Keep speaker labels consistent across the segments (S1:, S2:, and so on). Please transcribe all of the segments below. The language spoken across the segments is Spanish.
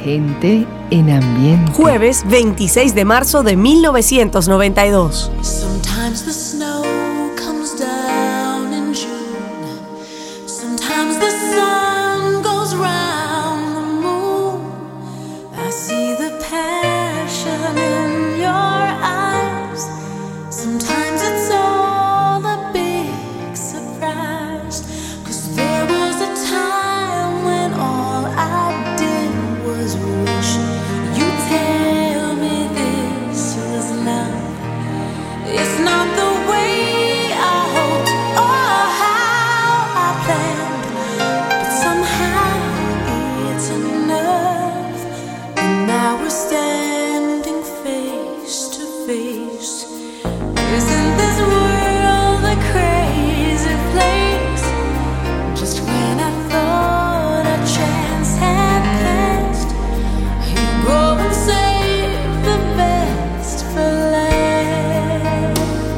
S1: Gente en ambiente.
S2: Jueves 26 de marzo de 1992.
S3: Sometimes the snow comes down in June. Sometimes the sun goes round the moon. I see the passion in your eyes. Sometimes it's all a big surprise. 'Cause there was a time when all I did was wish you tell me this was love. It's not the way I hoped or how I planned, but somehow it's enough. And now we're standing face to face. Isn't this world a crazy place? Just when I thought a chance had passed, you go and save the best for last.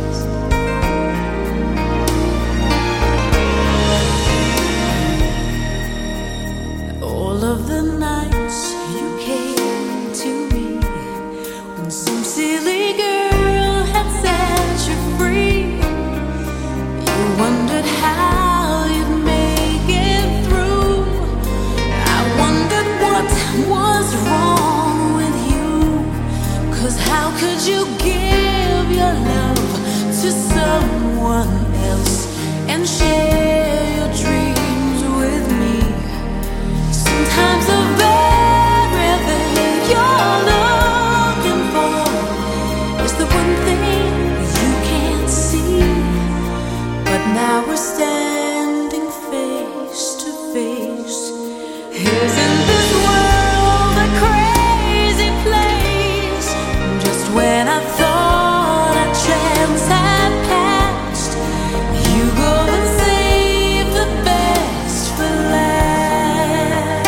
S3: All of the nights you came to me when some silly girl had set you free. You wondered how you'd make it through. I wondered what was wrong with you. 'Cause how could you give your love to someone else and share your dreams with me? Sometimes the very thing you're looking for is the one thing you can't see. But now we're standing face to face. Isn't this world a crazy place? Just when I thought a chance had passed, you go and save the best for last.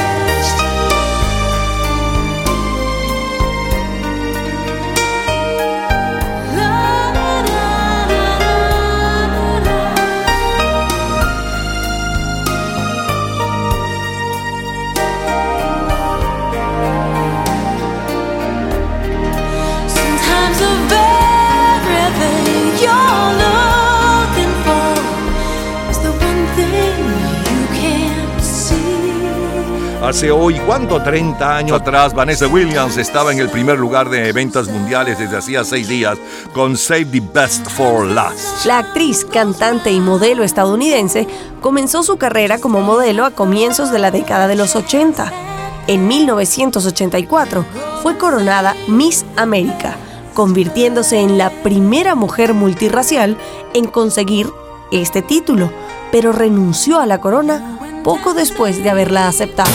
S3: La, la, la, la, la, la. Sometimes the very thing you're looking for is the one thing you can't see.
S4: Hace hoy, ¿cuánto? 30 años atrás, Vanessa Williams estaba en el primer lugar de ventas mundiales desde hacía 6 días con Save the Best for Last.
S2: La actriz, cantante y modelo estadounidense comenzó su carrera como modelo a comienzos de la década de los 80. En 1984 fue coronada Miss América, convirtiéndose en la primera mujer multirracial en conseguir este título, pero renunció a la corona poco después de haberla aceptado.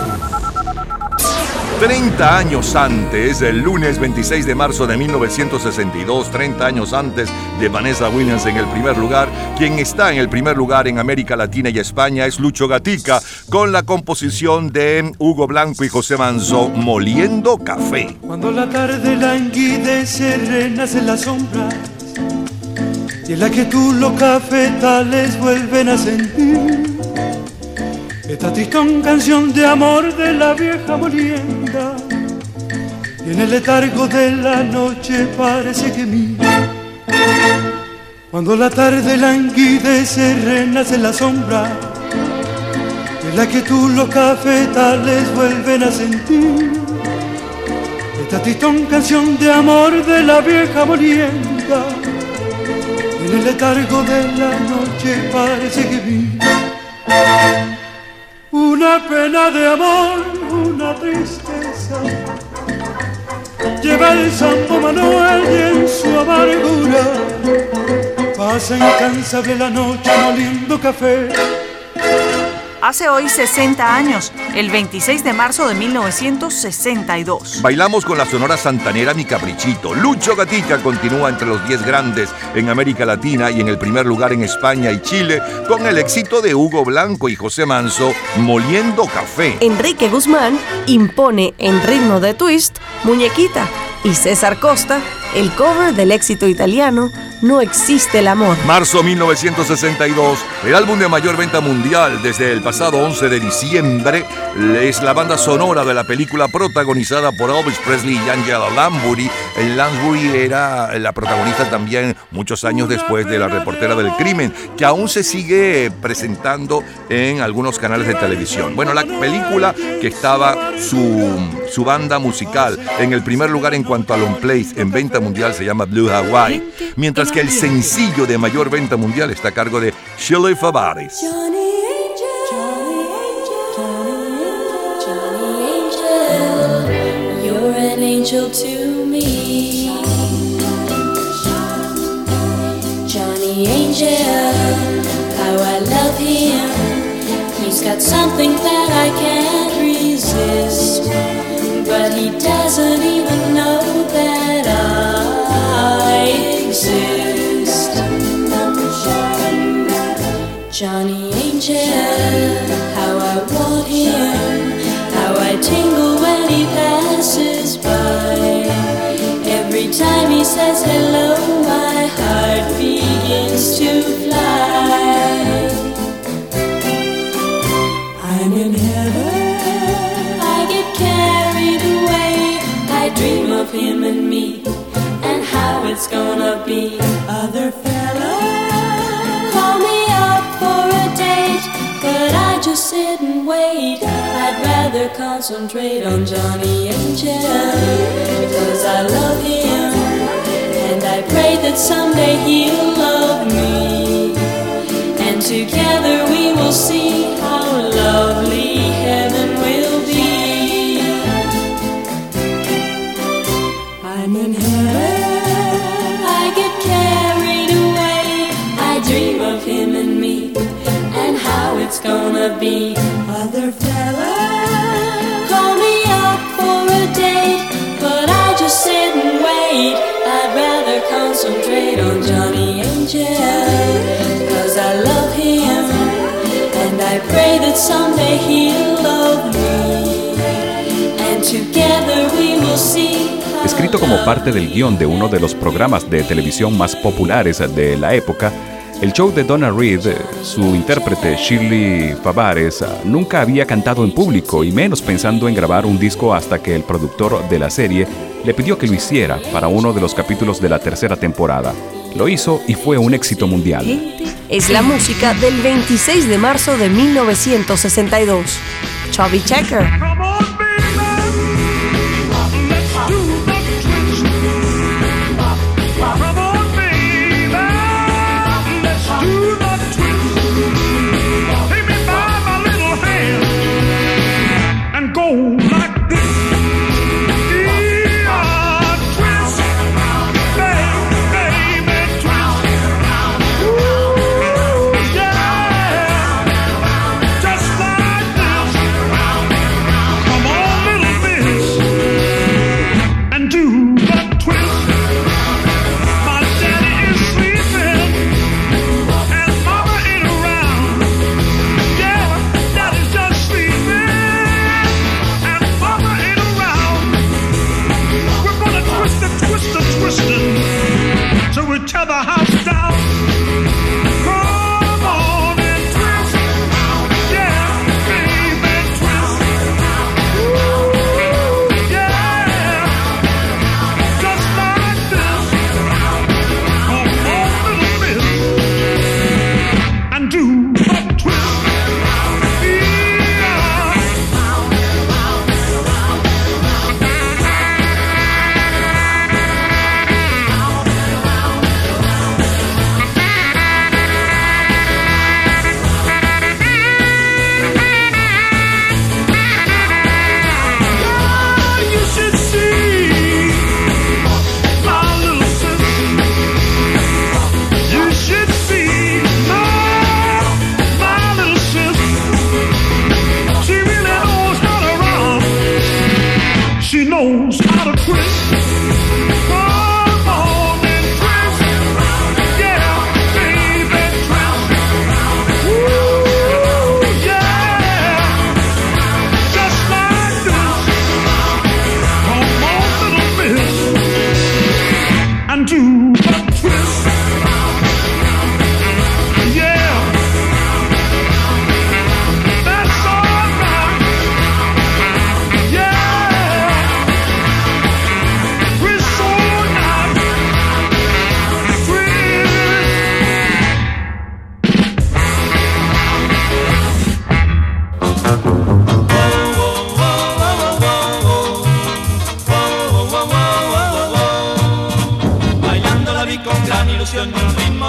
S4: 30 años antes, el lunes 26 de marzo de 1962, 30 años antes de Vanessa Williams en el primer lugar, quien está en el primer lugar en América Latina y España es Lucho Gatica, con la composición de Hugo Blanco y José Manso, Moliendo Café.
S5: Cuando la tarde languidece, renacen las sombras y en la que tú los cafetales vuelven a sentir esta tristón canción de amor de la vieja molienda, y en el letargo de la noche parece que mira. Cuando la tarde languidece, renace la sombra, en la que tú los cafetales vuelven a sentir esta tristón canción de amor de la vieja molienda, y en el letargo de la noche parece que mira. Una pena de amor, una tristeza, lleva el Santo Manuel y en su amargura pasa incansable la noche moliendo café.
S6: Hace hoy 60 años, el 26 de marzo de 1962.
S4: Bailamos con la Sonora Santanera Mi Caprichito. Lucho Gatica continúa entre los 10 grandes en América Latina y en el primer lugar en España y Chile con el éxito de Hugo Blanco y José Manso, Moliendo Café.
S2: Enrique Guzmán impone en ritmo de twist Muñequita y César Costa el cover del éxito italiano No existe el amor.
S4: Marzo 1962, el álbum de mayor venta mundial desde el pasado 11 de diciembre es la banda sonora de la película protagonizada por Elvis Presley y Angela Lansbury. Lansbury era la protagonista también muchos años después de La reportera del crimen, que aún se sigue presentando en algunos canales de televisión. Bueno, la película que estaba su banda musical en el primer lugar en cuanto a long plays en venta mundial se llama Blue Hawaii, mientras que el sencillo de mayor venta mundial está a cargo de Shirley Favares.
S3: You're an angel to me, Johnny Angel, how I love him. He's got something that I can't resist, but he doesn't even know that I exist. Johnny Angel, how I want him, how I tingle when he passes by. Every time he says hello, my heart begins to fly. I'm in heaven, I get carried away, I dream of him and me, and how it's gonna be. Other fellas call me up for a date, but I just sit and wait. I'd rather concentrate on Johnny Angel, because I love him, and I pray that someday he'll love me, and together we will see how lovely heaven will be. I'm in heaven, I get carried away, I dream of him and me, and how it's gonna be. Other fellas call me up for a date, but I just sit and wait. I'd rather concentrate on Johnny Angel, 'cause I love him, and I pray that someday he'll love me, and together we will see.
S7: Escrito como parte del guión de uno de los programas de televisión más populares de la época, el show de Donna Reed, su intérprete Shirley Favares nunca había cantado en público y menos pensando en grabar un disco hasta que el productor de la serie le pidió que lo hiciera para uno de los capítulos de la tercera temporada. Lo hizo y fue un éxito mundial.
S2: Es la música del 26 de marzo de 1962. Chubby Checker.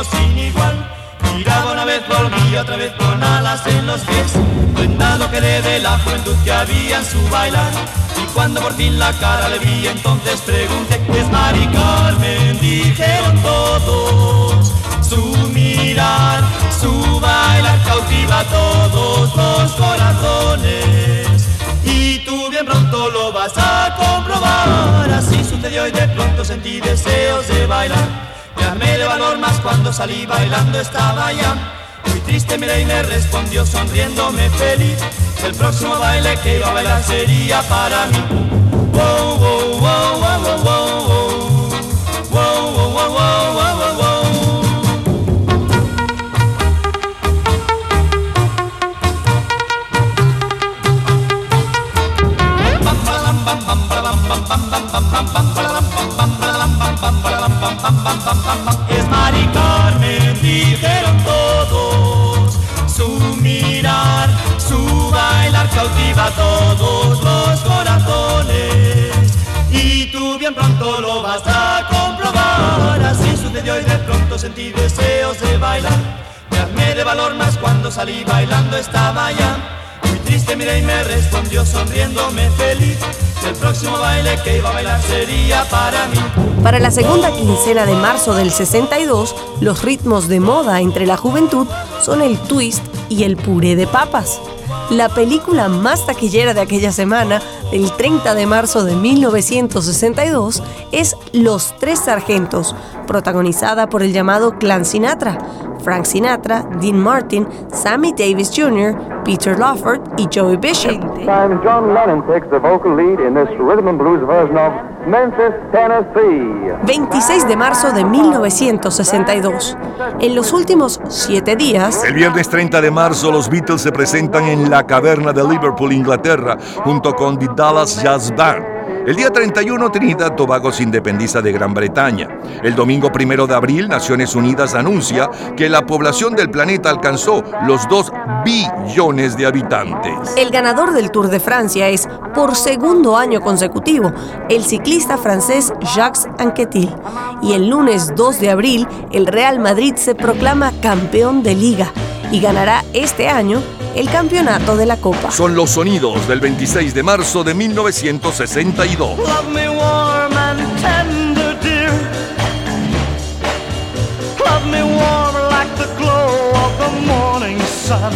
S8: ritmo sin igual. Giraba una vez por mí, otra vez con alas en los pies, prendado quedé de la juventud que había en su bailar. Y cuando por fin la cara le vi, entonces pregunté: ¿qué es Mari Carmen? Dijeron todos. Su mirar, su bailar cautiva a todos los corazones. Y tú bien pronto lo vas a comprobar. Así sucedió y de pronto sentí deseos de bailar. Me armé de valor más cuando salí bailando estaba ya. Muy triste miré y me respondió sonriéndome feliz. El próximo baile que iba a bailar sería para mí. Wow, wow, wow, wow, wow, wow. Wow, wow, wow, wow, wow, wow. Es Mari Carmen, dijeron todos. Su mirar, su bailar cautiva a todos los corazones. Y tú bien pronto lo vas a comprobar. Así sucedió y de pronto sentí deseos de bailar. Me armé de valor más cuando salí bailando estaba ya. Muy triste miré y me respondió sonriéndome feliz. El próximo baile que iba a bailar sería para mí.
S2: Para la segunda quincena de marzo del 62, los ritmos de moda entre la juventud son el twist y el puré de papas. La película más taquillera de aquella semana, del 30 de marzo de 1962, es Los Tres Sargentos, protagonizada por el llamado Clan Sinatra: Frank Sinatra, Dean Martin, Sammy Davis Jr., Peter Lawford y Joey Bishop.
S9: John Lennon takes the vocal lead in this rhythm and blues version of Memphis, Tennessee.
S2: 26 de marzo de 1962. En los últimos 7 días...
S4: El viernes 30 de marzo, los Beatles se presentan en la Caverna de Liverpool, Inglaterra, junto con The Dallas Jazz Band. El día 31, Trinidad Tobago se independiza de Gran Bretaña. El domingo 1 de abril, Naciones Unidas anuncia que la población del planeta alcanzó los 2 billones de habitantes.
S2: El ganador del Tour de Francia es, por segundo año consecutivo, el ciclista francés Jacques Anquetil. Y el lunes 2 de abril, el Real Madrid se proclama campeón de Liga y ganará este año el campeonato de la Copa.
S4: Son los sonidos del 26 de marzo de 1962.
S8: Love me warm and tender, dear. Love me warm like the glow of the morning sun.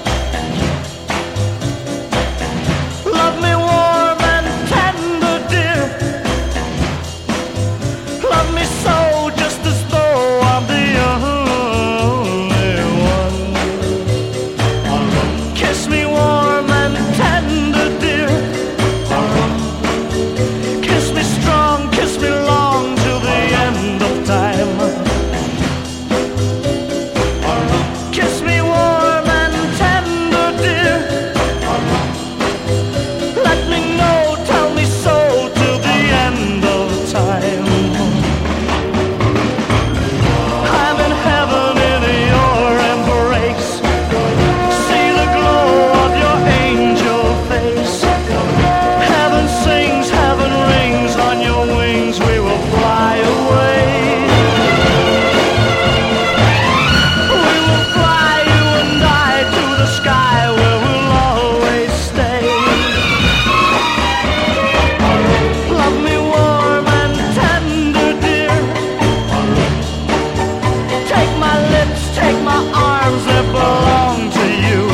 S8: Love me warm and tender, dear. Love me so, just as though I'm the only one. Kiss me warm and tender, dear. Kiss me strong, kiss me long till the end of time. Kiss me warm and tender, dear. Let me know, tell me so till the end of time. I'm in heaven in your embrace. See the glow of your angel face. Heaven sings, heaven rings, on your wings we will fly away. We will fly, you and I, to the sky where we'll always stay. Love me warm and tender, dear. Take my lips, take my arms, they belong to you.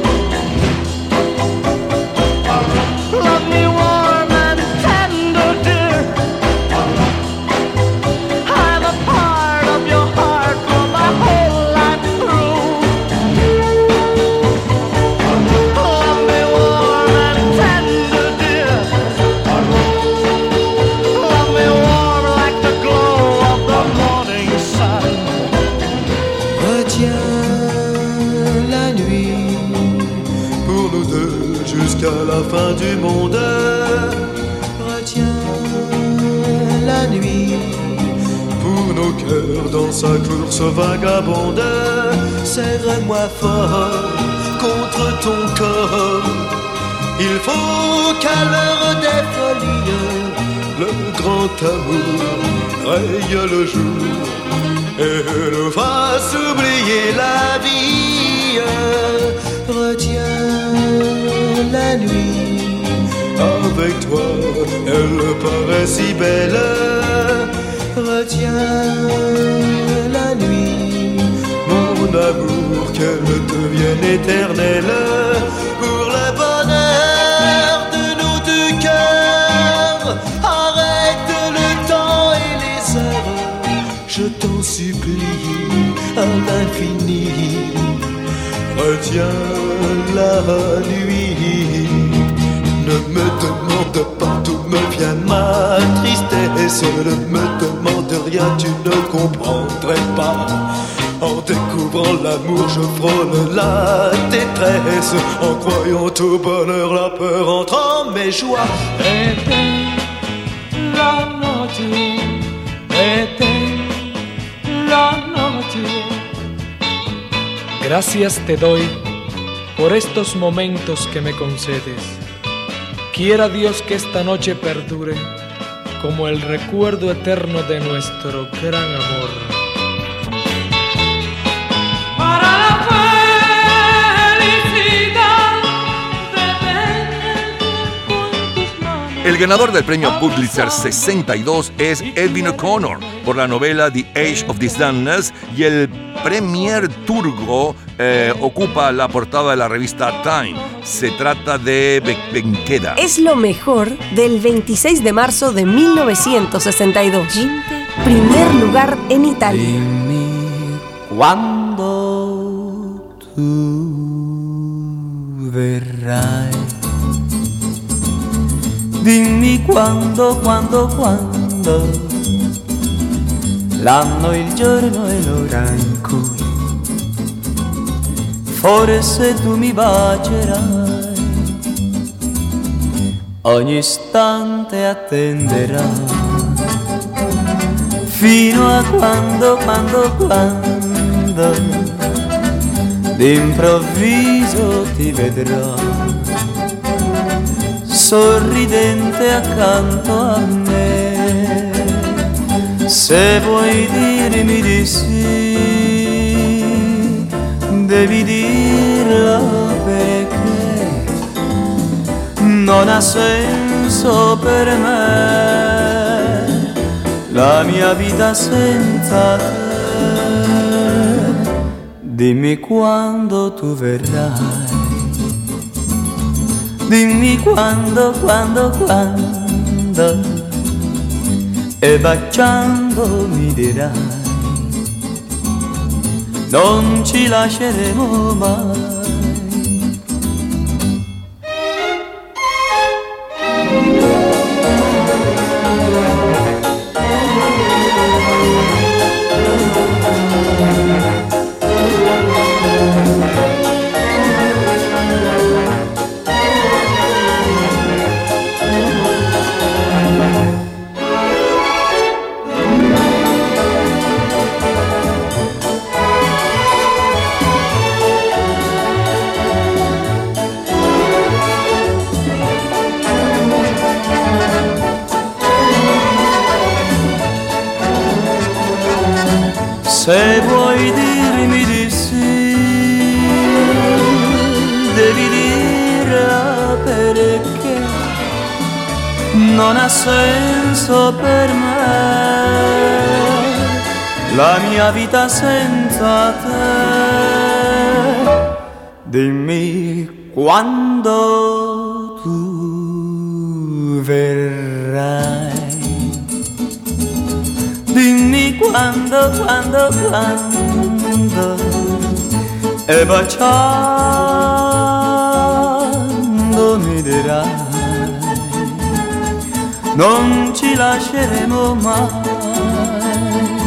S8: Love me warm and tender, dear. I'm a part of your heart for my whole life through. Love me warm and tender, dear. Love me warm like the glow of the morning sun.
S5: Retiens la nuit pour nous deux jusqu'à la fin du monde. Retiens la nuit pour nos cœurs dans sa course vagabonde. Serre-moi fort contre ton corps. Il faut qu'à l'heure des folies, le grand amour raye le jour.
S10: et nous fasse oublier la vie. Retiens la nuit, avec toi, elle paraît si belle. Retiens la nuit, mon amour, qu'elle devienne éternelle. Pour le bonheur de nos deux cœurs, arrête le temps et les heures, je t'en supplie à l'infini. Retiens la nuit, ne me demande pas d'où me vient ma tristesse, ne me demande rien, tu ne comprendrais pas. En découvrant l'amour, je frôle la détresse. En croyant au bonheur, la peur entre en mes joies.
S11: Vete la noche, vete la noche. Gracias te doy por estos momentos que me concedes. Quiera Dios que esta noche perdure como el recuerdo eterno de nuestro gran amor.
S4: El ganador del premio Pulitzer 62 es Edwin O'Connor por la novela The Age of Dishonest, y el Premier Turgo ocupa la portada de la revista Time. Se trata de Benqueda.
S2: Es lo mejor del 26 de marzo de 1962. Primer lugar en Italia.
S12: Dimmi quando tu verrai. Dimmi quando, l'anno, il giorno e l'ora in cui forse tu mi bacerai. Ogni istante attenderai fino a quando d'improvviso ti vedrò sorridente accanto a me. Se vuoi dirmi di sì, devi dirlo perché non ha senso per me la mia vita senza te. Dimmi quando tu verrai. Dimmi quando, e baciando mi dirai, non ci lasceremo mai. Se vuoi dirmi di sì, devi dirla perché non ha senso per me la mia vita senza te. Dimmi quando tu verrai. Dimmi quando, e baciando mi dirai, non ci lasceremo mai,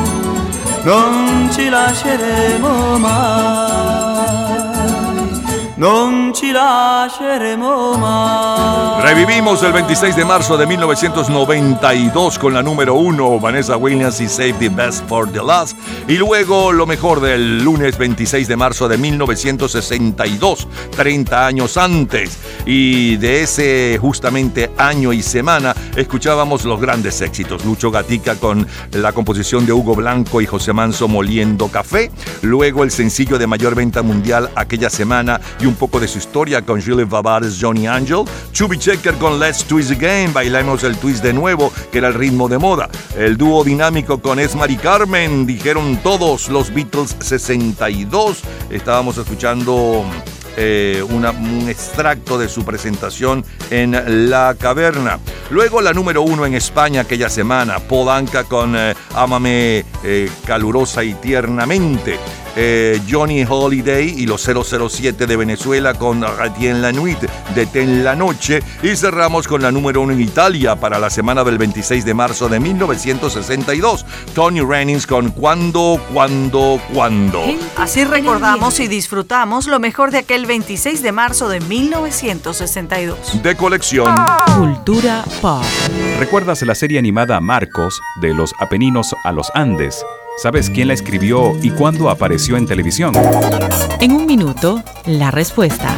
S12: non ci lasceremo mai, non ci lasceremo mai.
S4: Revivimos el 26 de marzo de 1992 con la número 1, Vanessa Williams y Save the Best for the Last. Y luego lo mejor del lunes 26 de marzo de 1962, 30 años antes. Y de ese justamente año y semana escuchábamos los grandes éxitos. Lucho Gatica con la composición de Hugo Blanco y José Manso, Moliendo Café. Luego el sencillo de mayor venta mundial aquella semana y un poco de su historia con Shirley Favares, Johnny Angel. Chubby Checker con Let's Twist Again, bailamos el twist de nuevo, que era el ritmo de moda. El dúo dinámico con Esmar y Carmen, dijeron todos los Beatles 62. Estábamos escuchando un extracto de su presentación en La Caverna. Luego la número 1 en España aquella semana, Paul Anka con Ámame calurosa y tiernamente. Johnny Holiday y los 007 de Venezuela con Ratien la Nuit, Detén la Noche. Y cerramos con la número 1 en Italia para la semana del 26 de marzo de 1962, Tony Robbins con Cuando.
S6: Así recordamos y disfrutamos lo mejor de aquel 26 de marzo de 1962.
S4: De colección.
S1: Cultura pop.
S7: ¿Recuerdas la serie animada Marcos, de los Apeninos a los Andes? ¿Sabes quién la escribió y cuándo apareció en televisión?
S1: En un minuto, la respuesta.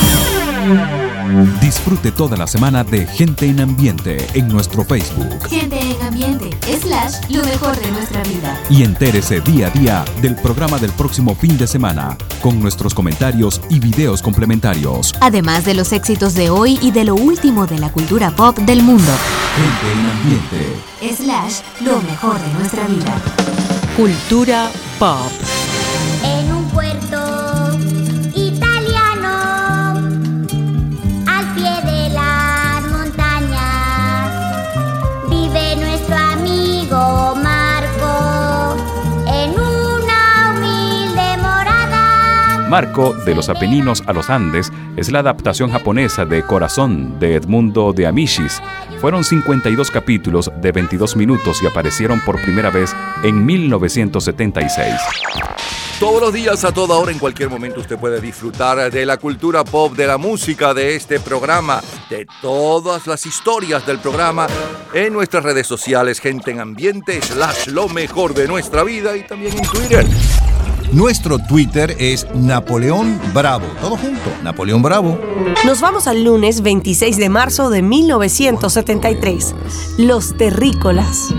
S13: Disfrute toda la semana de Gente en Ambiente en nuestro Facebook.
S14: Gente en Ambiente, / lo mejor de nuestra vida.
S13: Y entérese día a día del programa del próximo fin de semana, con nuestros comentarios y videos complementarios.
S14: Además de los éxitos de hoy y de lo último de la cultura pop del mundo.
S13: Gente en Ambiente,
S14: / lo mejor de nuestra vida.
S1: Cultura pop.
S15: En un puerto italiano, al pie de las montañas, vive nuestro amigo Marco, en una humilde morada.
S7: Marco, de los Apeninos a los Andes, es la adaptación japonesa de Corazón, de Edmundo de Amicis. Fueron 52 capítulos de 22 minutos y aparecieron por primera vez en 1976.
S4: Todos los días, a toda hora, en cualquier momento, usted puede disfrutar de la cultura pop, de la música, de este programa, de todas las historias del programa en nuestras redes sociales, Gente en Ambiente, / lo mejor de nuestra vida, y también en Twitter.
S16: Nuestro Twitter es Napoleón Bravo. Todo junto, Napoleón Bravo.
S2: Nos vamos al lunes 26 de marzo de 1973. Los Terrícolas.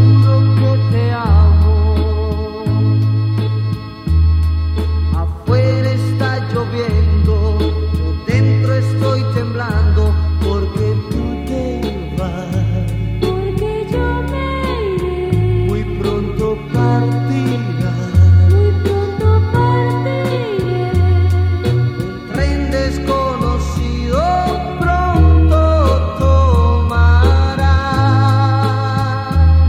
S17: Afuera está lloviendo, yo dentro estoy temblando, porque tú te vas. Porque yo me iré. Muy pronto partirás. Desconocido pronto tomará.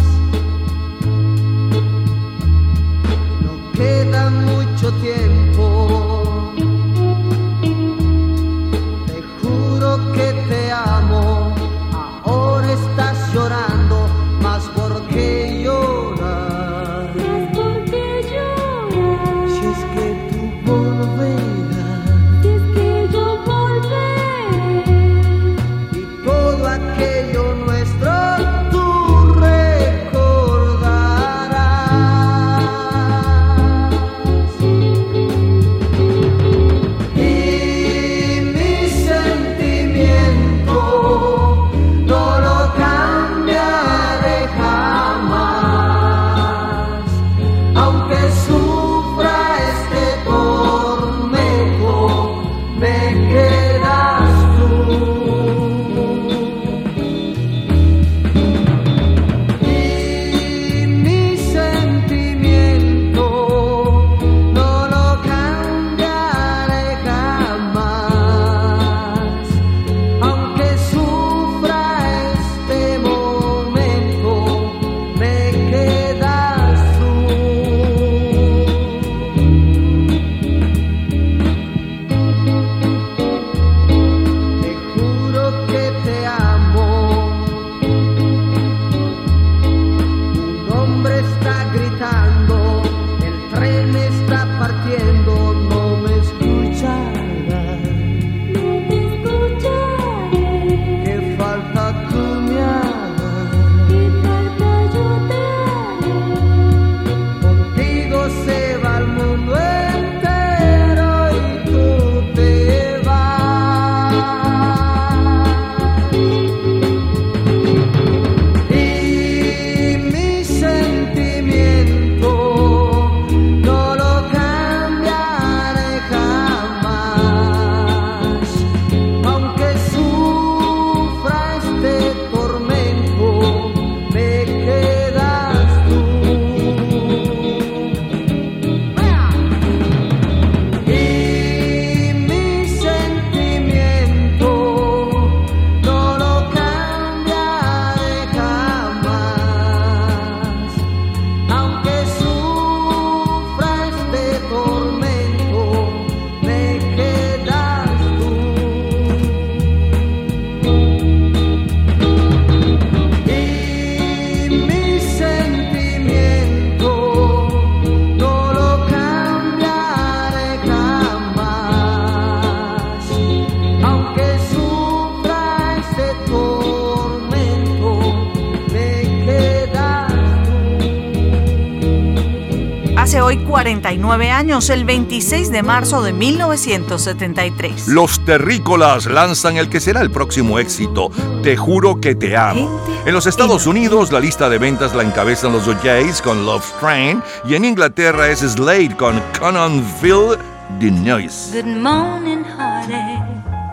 S6: hoy 49 años, el 26 de marzo de 1973.
S4: Los Terrícolas lanzan el que será el próximo éxito, Te juro que te amo. En los Estados Unidos, la lista de ventas la encabezan los O'Jays con Love Train, y en Inglaterra es Slade con Come On Feel the Noise.
S3: Good morning, heartache.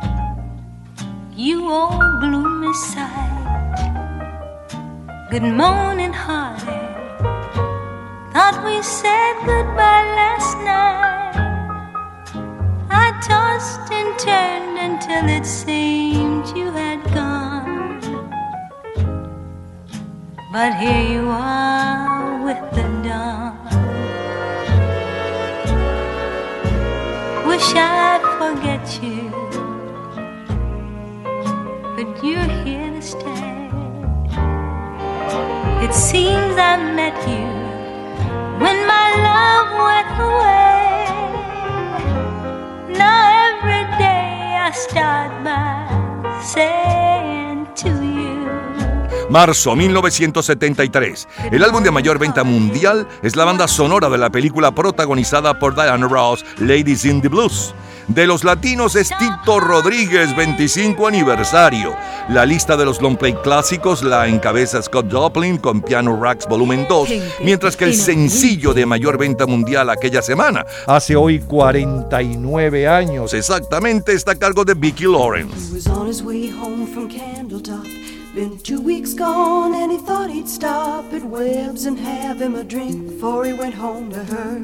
S3: You old gloomy sight. Good morning, heartache. Thought we said goodbye last night. I tossed and turned until it seemed you had gone. But here you are with the dawn. Wish I'd forget you, but you're here to stay. It seems I met you when my love went away. Now every day I start by saying to you.
S4: Marzo 1973. El álbum de mayor venta mundial es la banda sonora de la película protagonizada por Diana Ross, Ladies in the Blues. De los latinos es Tito Rodríguez, 25 aniversario. La lista de los long play clásicos la encabeza Scott Joplin con Piano Racks Volumen 2, mientras que el sencillo de mayor venta mundial aquella semana, hace hoy 49 años exactamente, está a cargo de Vicki Lawrence.
S18: He was on his way home from Candletop. Been 2 weeks gone and he thought he'd stop at Webb's and have him a drink before he went home to her.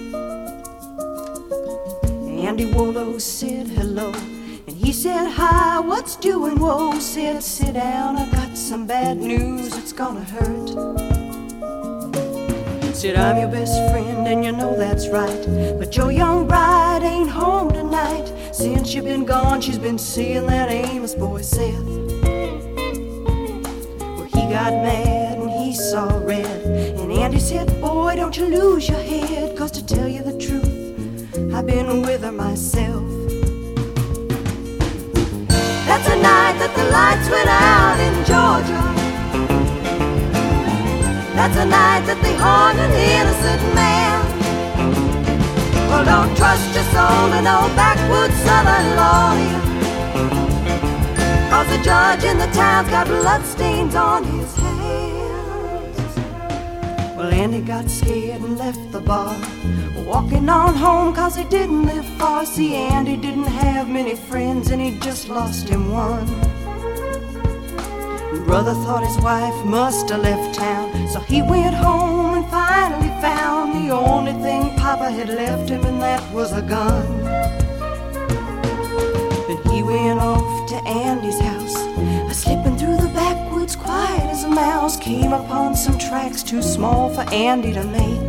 S18: Andy Wallow said hello, and he said hi, what's doing? Whoa, said sit down, I got some bad news, it's gonna hurt. Said I'm your best friend and you know that's right, but your young bride ain't home tonight. Since you've been gone, she's been seeing that Amos boy Seth. Well, he got mad and he saw red, and Andy said, boy, don't you lose your head, 'cause to tell you the truth, I've been with her myself. That's the night that the lights went out in Georgia. That's the night that they hung an innocent man. Well, don't trust your soul to no backwoods southern lawyer, 'cause the judge in the town's got bloodstains on his hands. Well, Andy got scared and left the bar, walking on home 'cause he didn't live far. See, Andy didn't have many friends and he just lost him one. Brother thought his wife must have left town, so he went home and finally found the only thing Papa had left him, and that was a gun. Then he went off to Andy's house, slipping through the backwoods quiet as a mouse. Came upon some tracks too small for Andy to make.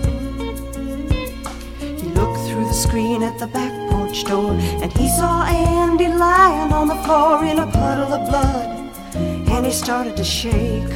S18: The screen at the back porch door, and he saw Andy lying on the floor in a puddle of blood, and he started to shake.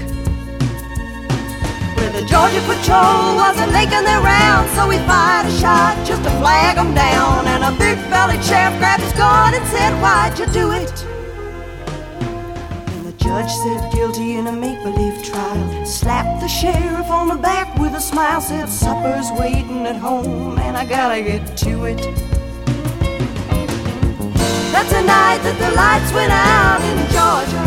S18: Well, the Georgia Patrol wasn't making their rounds, so he fired a shot just to flag them down, and a big-bellied sheriff grabbed his gun and said, why'd you do it? And the judge said guilty in a make-believe trial, slapped the sheriff on the back with a smile, said supper's waiting at home and I gotta get to it. That's the night that the lights went out in Georgia.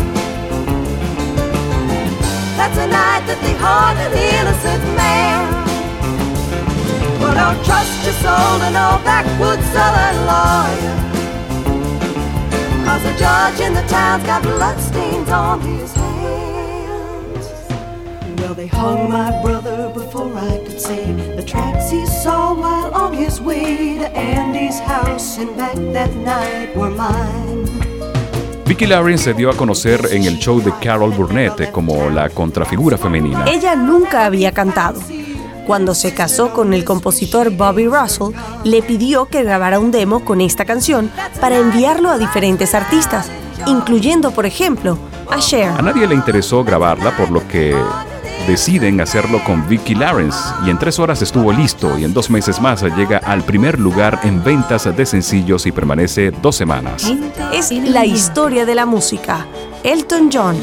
S18: That's the night that they hung an innocent man. Well, don't trust your soul to no backwoods southern lawyer, 'cause the judge in the town's got bloodstains on his hands. Well, they hung my brother before I could say the tracks he saw while on his way to Andy's house and back that night were mine.
S7: Vicki Lawrence se dio a conocer en el show de Carol Burnett como la contrafigura femenina.
S2: Ella nunca había cantado. Cuando se casó con el compositor Bobby Russell, le pidió que grabara un demo con esta canción para enviarlo a diferentes artistas, incluyendo, por ejemplo, a Cher.
S7: A nadie le interesó grabarla, por lo que deciden hacerlo con Vicki Lawrence, y en 3 horas estuvo listo, y en 2 meses más llega al primer lugar en ventas de sencillos y permanece 2 semanas.
S2: Es la historia de la música. Elton John.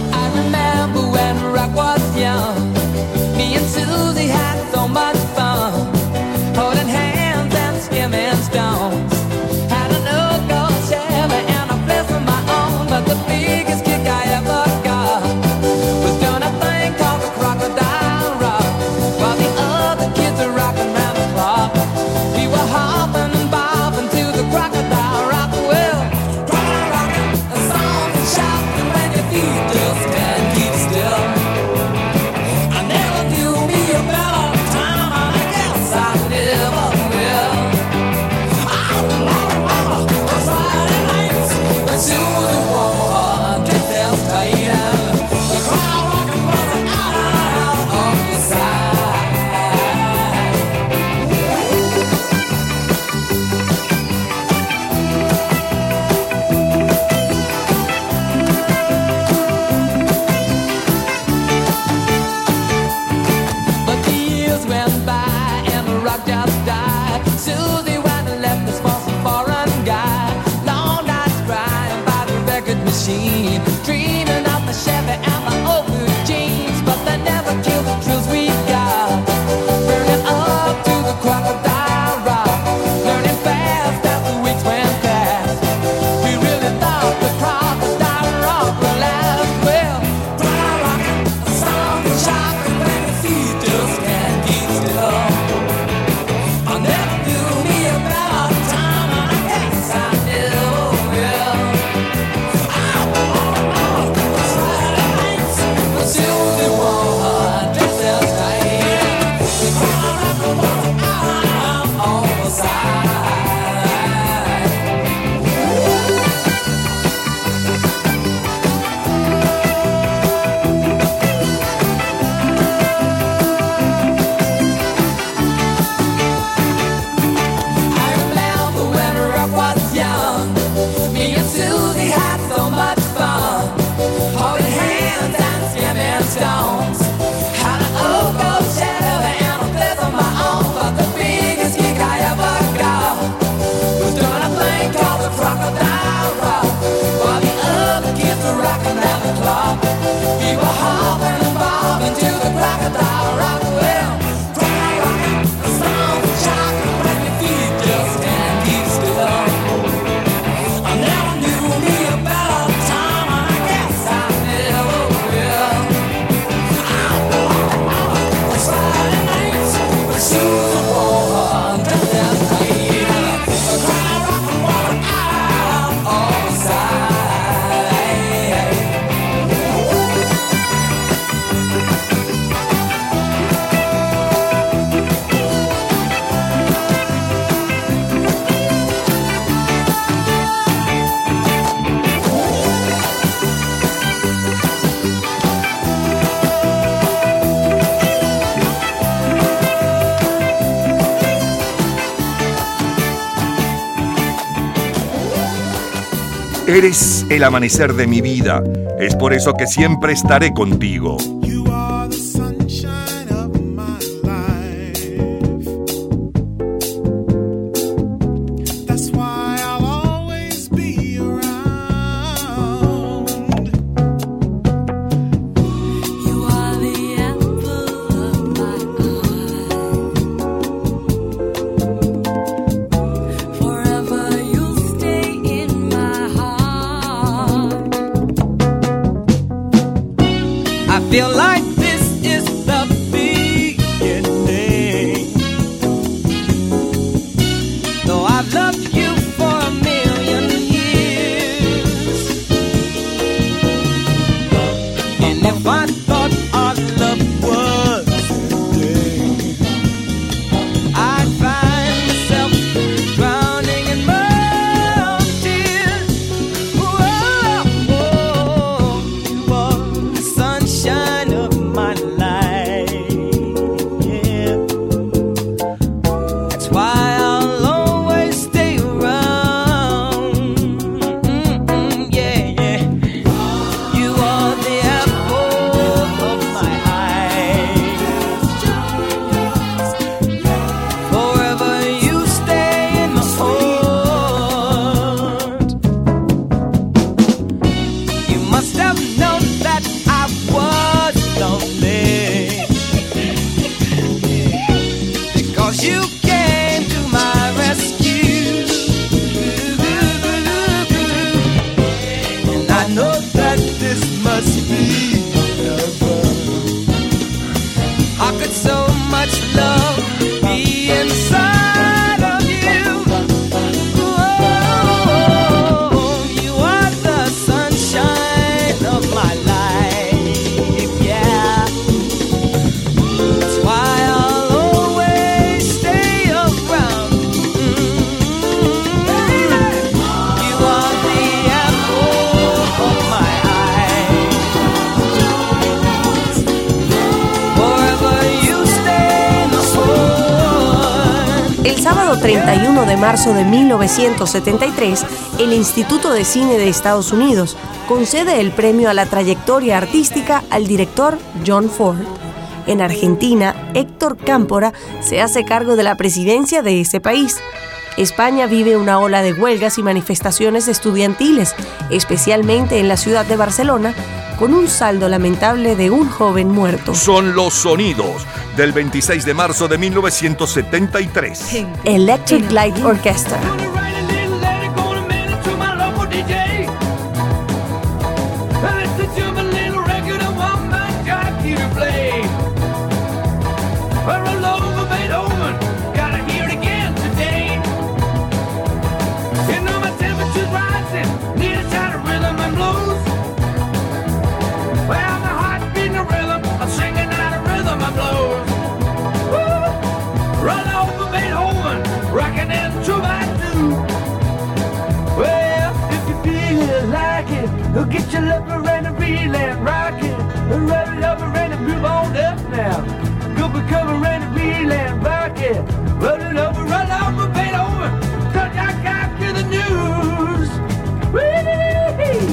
S3: crocodile rock while the other kids were rocking around the clock. We were hopping and bobbing to the crocodile rock. Well, crocodile rocking, the sound was shocking when your feet just can't keep still. I never knew me a better time, and I guess I never will. I know it's Friday nights, but shoes are worn to them tight. Cry rock and walk out all side.
S4: Eres el amanecer de mi vida, es por eso que siempre estaré contigo.
S3: Feel like this is the beginning. Though I've loved you for a million years, and if I thought our love was ending, I'd find myself drowning in my own tears. Whoa, whoa, you are the sunshine of my life, yeah. That's why I'll always stay around, yeah, yeah. You are the apple of my eye. Forever you stay in my heart. You must have known that I was lonely, because you came to my rescue. And I know that this must be heaven. How could so much love be inside of you? Oh, you are the sunshine of my life, yeah. That's why I'll always stay around. You are the apple of my eye. Forever you stay in the heart.
S2: El sábado 31 de marzo de 1973, el Instituto de Cine de Estados Unidos concede el premio a la trayectoria artística al director John Ford. En Argentina, Héctor Cámpora se hace cargo de la presidencia de ese país. España vive una ola de huelgas y manifestaciones estudiantiles, especialmente en la ciudad de Barcelona, con un saldo lamentable de un joven muerto.
S4: Son los sonidos del 26 de marzo de 1973.
S2: Electric Light Orchestra.
S3: Get your lover and a reel and rock it. Rub it over and move on up now. Go for cover and a reel and rock it. Run it over, run over, bend over. Cause I got you the news. Whee!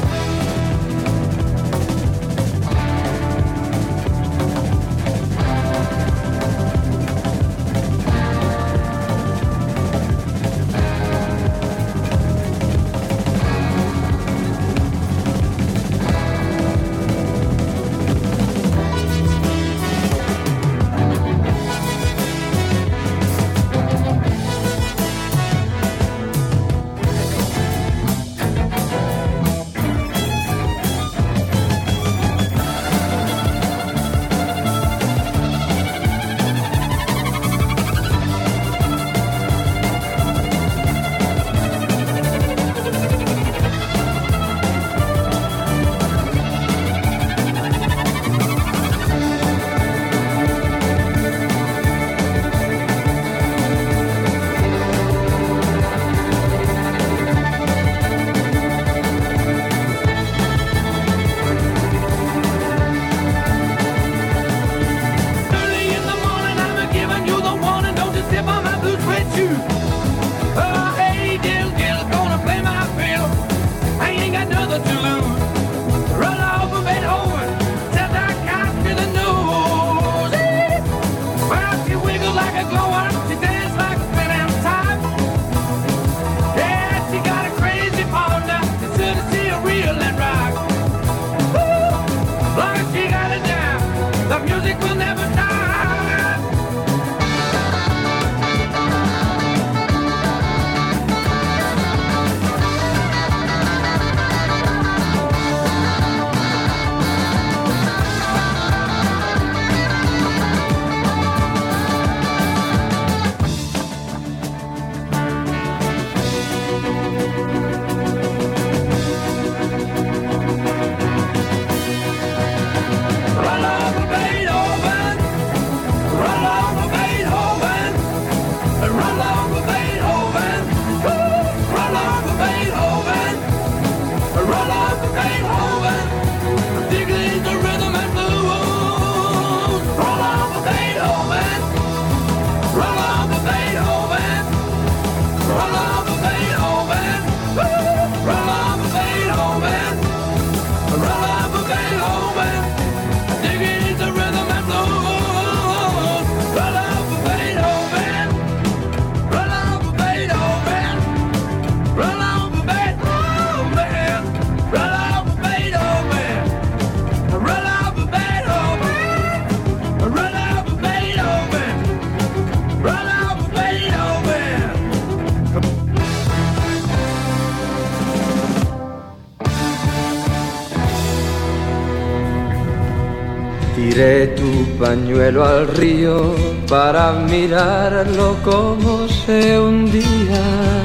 S12: Tiré tu pañuelo al río para mirarlo como se hundía.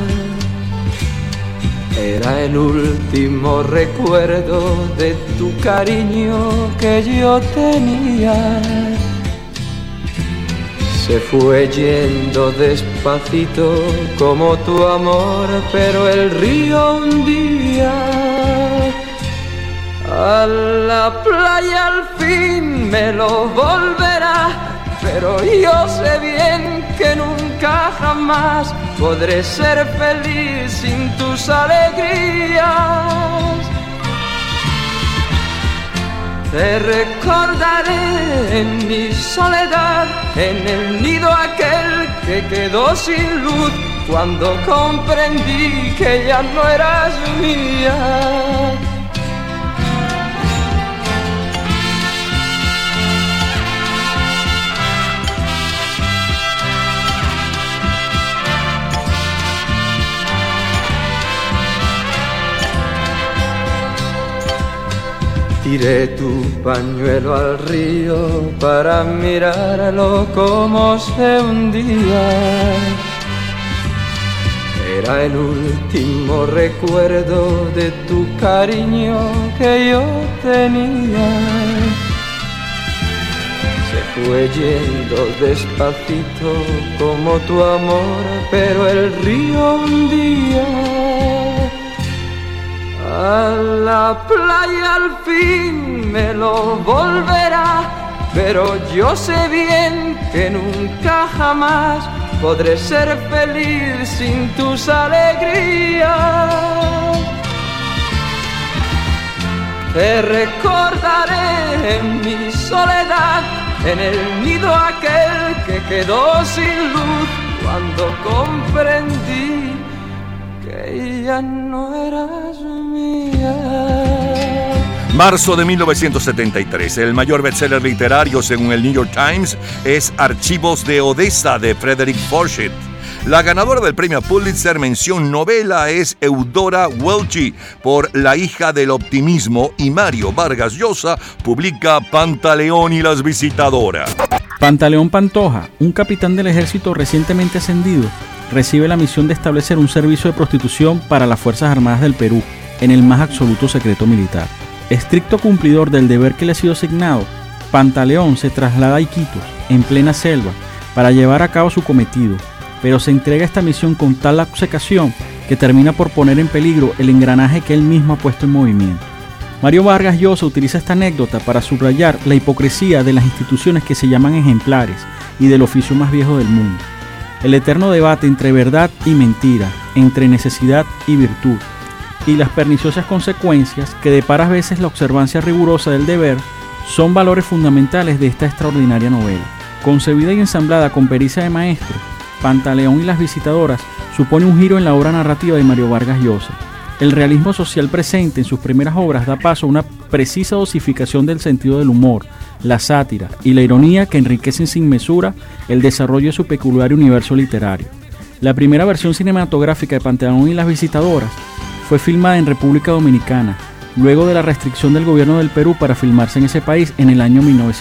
S12: Era el último recuerdo de tu cariño que yo tenía. Se fue yendo despacito como tu amor, pero el río hundía. A la playa al fin me lo volverá, pero yo sé bien que nunca jamás podré ser feliz sin tus alegrías. Te recordaré en mi soledad, en el nido aquel que quedó sin luz, cuando comprendí que ya no eras mía. Tiré tu pañuelo al río para mirarlo como se hundía. Era el último recuerdo de tu cariño que yo tenía. Se fue yendo despacito como tu amor, pero el río hundía. A la playa al fin me lo volverá, pero yo sé bien que nunca jamás podré ser feliz sin tus alegrías. Te recordaré en mi soledad, en el nido aquel que quedó sin luz, cuando comprendí que ya no eras mía.
S4: Marzo de 1973. El mayor bestseller literario, según el New York Times, es Archivos de Odessa, de Frederick Forsyth. La ganadora del premio Pulitzer mención novela es Eudora Welty por La hija del optimismo, y Mario Vargas Llosa publica Pantaleón y las visitadoras.
S19: Pantaleón Pantoja, un capitán del ejército recientemente ascendido, recibe la misión de establecer un servicio de prostitución para las Fuerzas Armadas del Perú, en el más absoluto secreto militar. Estricto cumplidor del deber que le ha sido asignado, Pantaleón se traslada a Iquitos, en plena selva, para llevar a cabo su cometido, pero se entrega a esta misión con tal obcecación que termina por poner en peligro el engranaje que él mismo ha puesto en movimiento. Mario Vargas Llosa utiliza esta anécdota para subrayar la hipocresía de las instituciones que se llaman ejemplares y del oficio más viejo del mundo. El eterno debate entre verdad y mentira, entre necesidad y virtud, y las perniciosas consecuencias que depara a veces la observancia rigurosa del deber, son valores fundamentales de esta extraordinaria novela. Concebida y ensamblada con pericia de maestro, Pantaleón y las visitadoras supone un giro en la obra narrativa de Mario Vargas Llosa. El realismo social presente en sus primeras obras da paso a una precisa dosificación del sentido del humor, la sátira y la ironía que enriquecen sin mesura el desarrollo de su peculiar universo literario. La primera versión cinematográfica de Pantaleón y las visitadoras fue filmada en República Dominicana, luego de la restricción del gobierno del Perú para filmarse en ese país en el año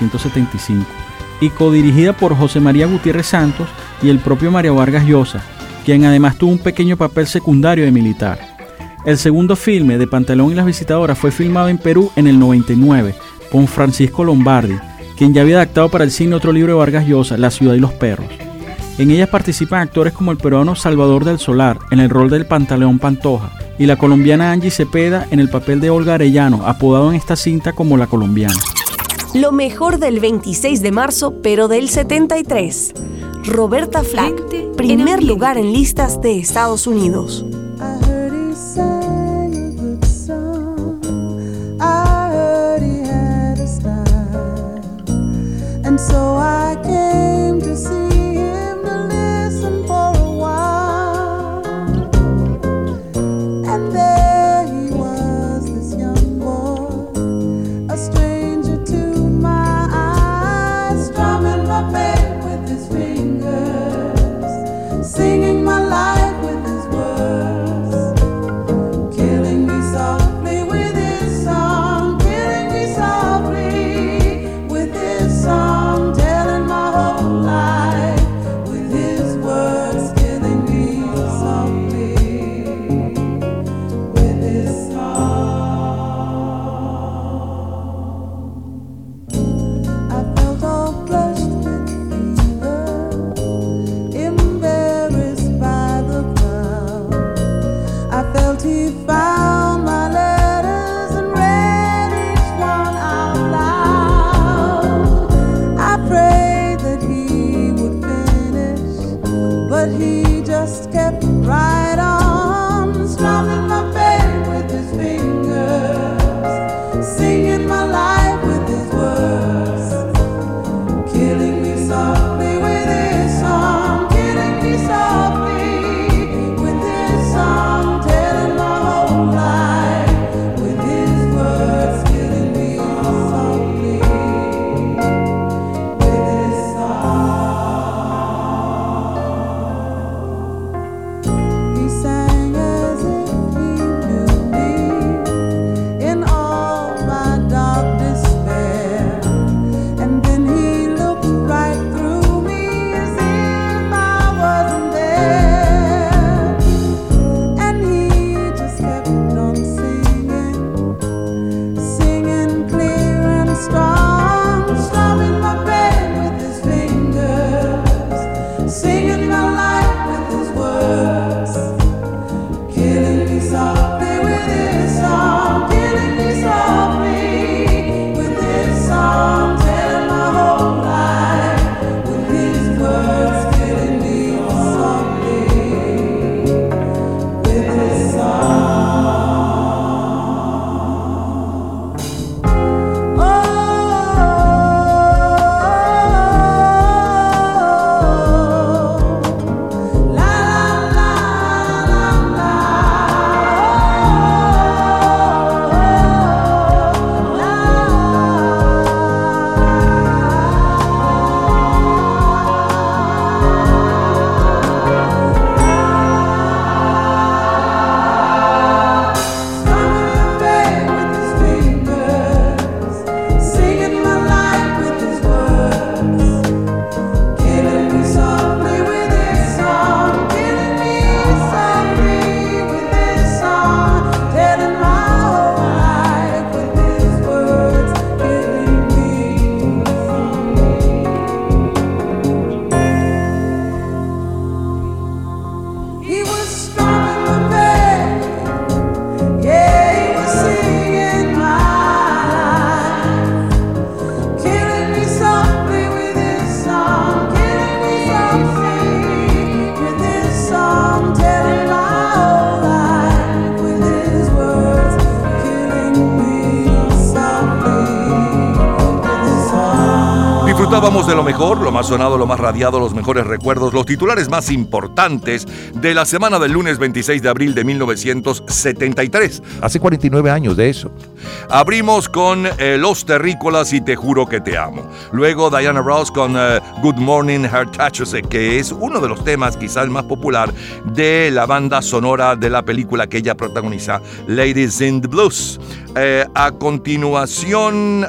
S19: 1975, y codirigida por José María Gutiérrez Santos y el propio Mario Vargas Llosa, quien además tuvo un pequeño papel secundario de militar. El segundo filme de Pantaleón y las visitadoras fue filmado en Perú en el 99, con Francisco Lombardi, quien ya había adaptado para el cine otro libro de Vargas Llosa, La ciudad y los perros. En ellas participan actores como el peruano Salvador del Solar, en el rol del Pantaleón Pantoja, y la colombiana Angie Cepeda en el papel de Olga Arellano, apodado en esta cinta como La Colombiana.
S2: Lo mejor del 26 de marzo, pero del 73. Roberta Flack, primer lugar en listas de Estados Unidos.
S3: And so I came to see him, to listen for a while. And there he was, this young boy, a stranger to my eyes, strumming my pain with his fingers, singing my life with his words, killing me softly with his song, killing me softly with his
S4: Disfrutábamos de lo mejor, lo más sonado, lo más radiado, los mejores recuerdos, los titulares más importantes de la semana del lunes 26 de abril de 1973.
S16: Hace 49 años de eso.
S4: Abrimos con Los Terrícolas y Te Juro Que Te Amo. Luego Diana Ross con Good Morning Heart Touches, que es uno de los temas quizás más popular de la banda sonora de la película que ella protagoniza, Ladies in the Blues. A continuación,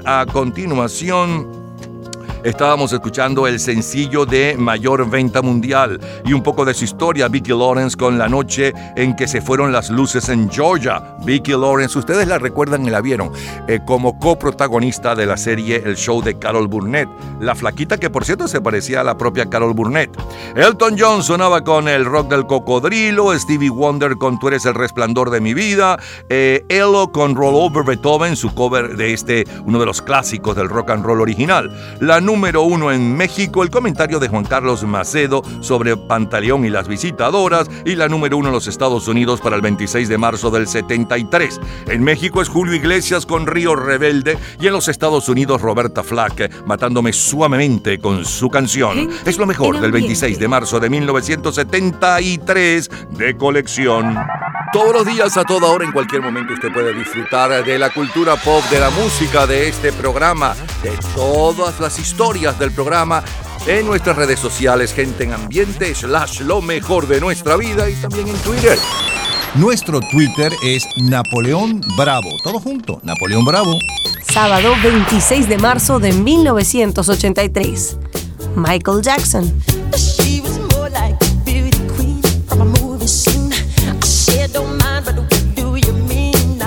S4: estábamos escuchando el sencillo de mayor venta mundial y un poco de su historia, Vicki Lawrence con La noche en que se fueron las luces en Georgia. Vicki Lawrence, ustedes la recuerdan y la vieron como coprotagonista de la serie El Show de Carol Burnett, la flaquita que por cierto se parecía a la propia Carol Burnett. Elton John sonaba con El Rock del Cocodrilo, Stevie Wonder con Tú eres el resplandor de mi vida, Elo con Roll Over Beethoven, su cover de uno de los clásicos del rock and roll original. La número 1 en México, el comentario de Juan Carlos Macedo sobre Pantaleón y las visitadoras, y la número 1 en los Estados Unidos para el 26 de marzo del 73. En México es Julio Iglesias con Río Rebelde, y en los Estados Unidos Roberta Flack, Matándome suavemente con su canción. Es lo mejor del 26 de marzo de 1973 de colección. Todos los días, a toda hora, en cualquier momento, usted puede disfrutar de la cultura pop, de la música, de este programa, de todas las historias del programa en nuestras redes sociales, Gente en Ambiente, /lo mejor de nuestra vida, y también en Twitter.
S16: Nuestro Twitter es Napoleón Bravo. Todo junto, Napoleón Bravo.
S2: Sábado 26 de marzo de 1983. Michael Jackson.
S3: She was more like a beauty queen from a movie scene. I said, don't mind, but what do you mean?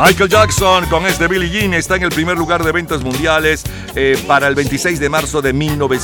S4: Michael Jackson con este Billie Jean está en el primer lugar de ventas mundiales para el 26 de marzo de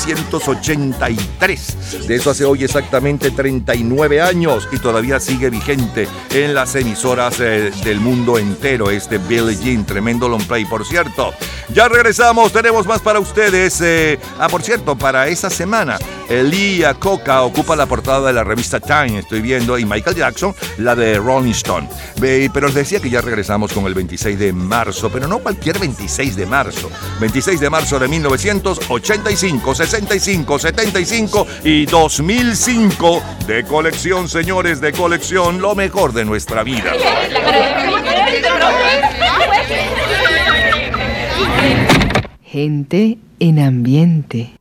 S4: 1983. De eso hace hoy exactamente 39 años y todavía sigue vigente en las emisoras del mundo entero. Este Billie Jean, tremendo long play, por cierto. Ya regresamos, tenemos más para ustedes. Por cierto, para esta semana, Lee Iacocca ocupa la portada de la revista Time, estoy viendo, y Michael Jackson la de Rolling Stone. Pero les decía que ya regresamos con el 26 de marzo, pero no cualquier 26 de marzo. 26 de marzo de 1985, 65, 75 y 2005. De colección, señores, de colección, lo mejor de nuestra vida.
S20: Gente en ambiente.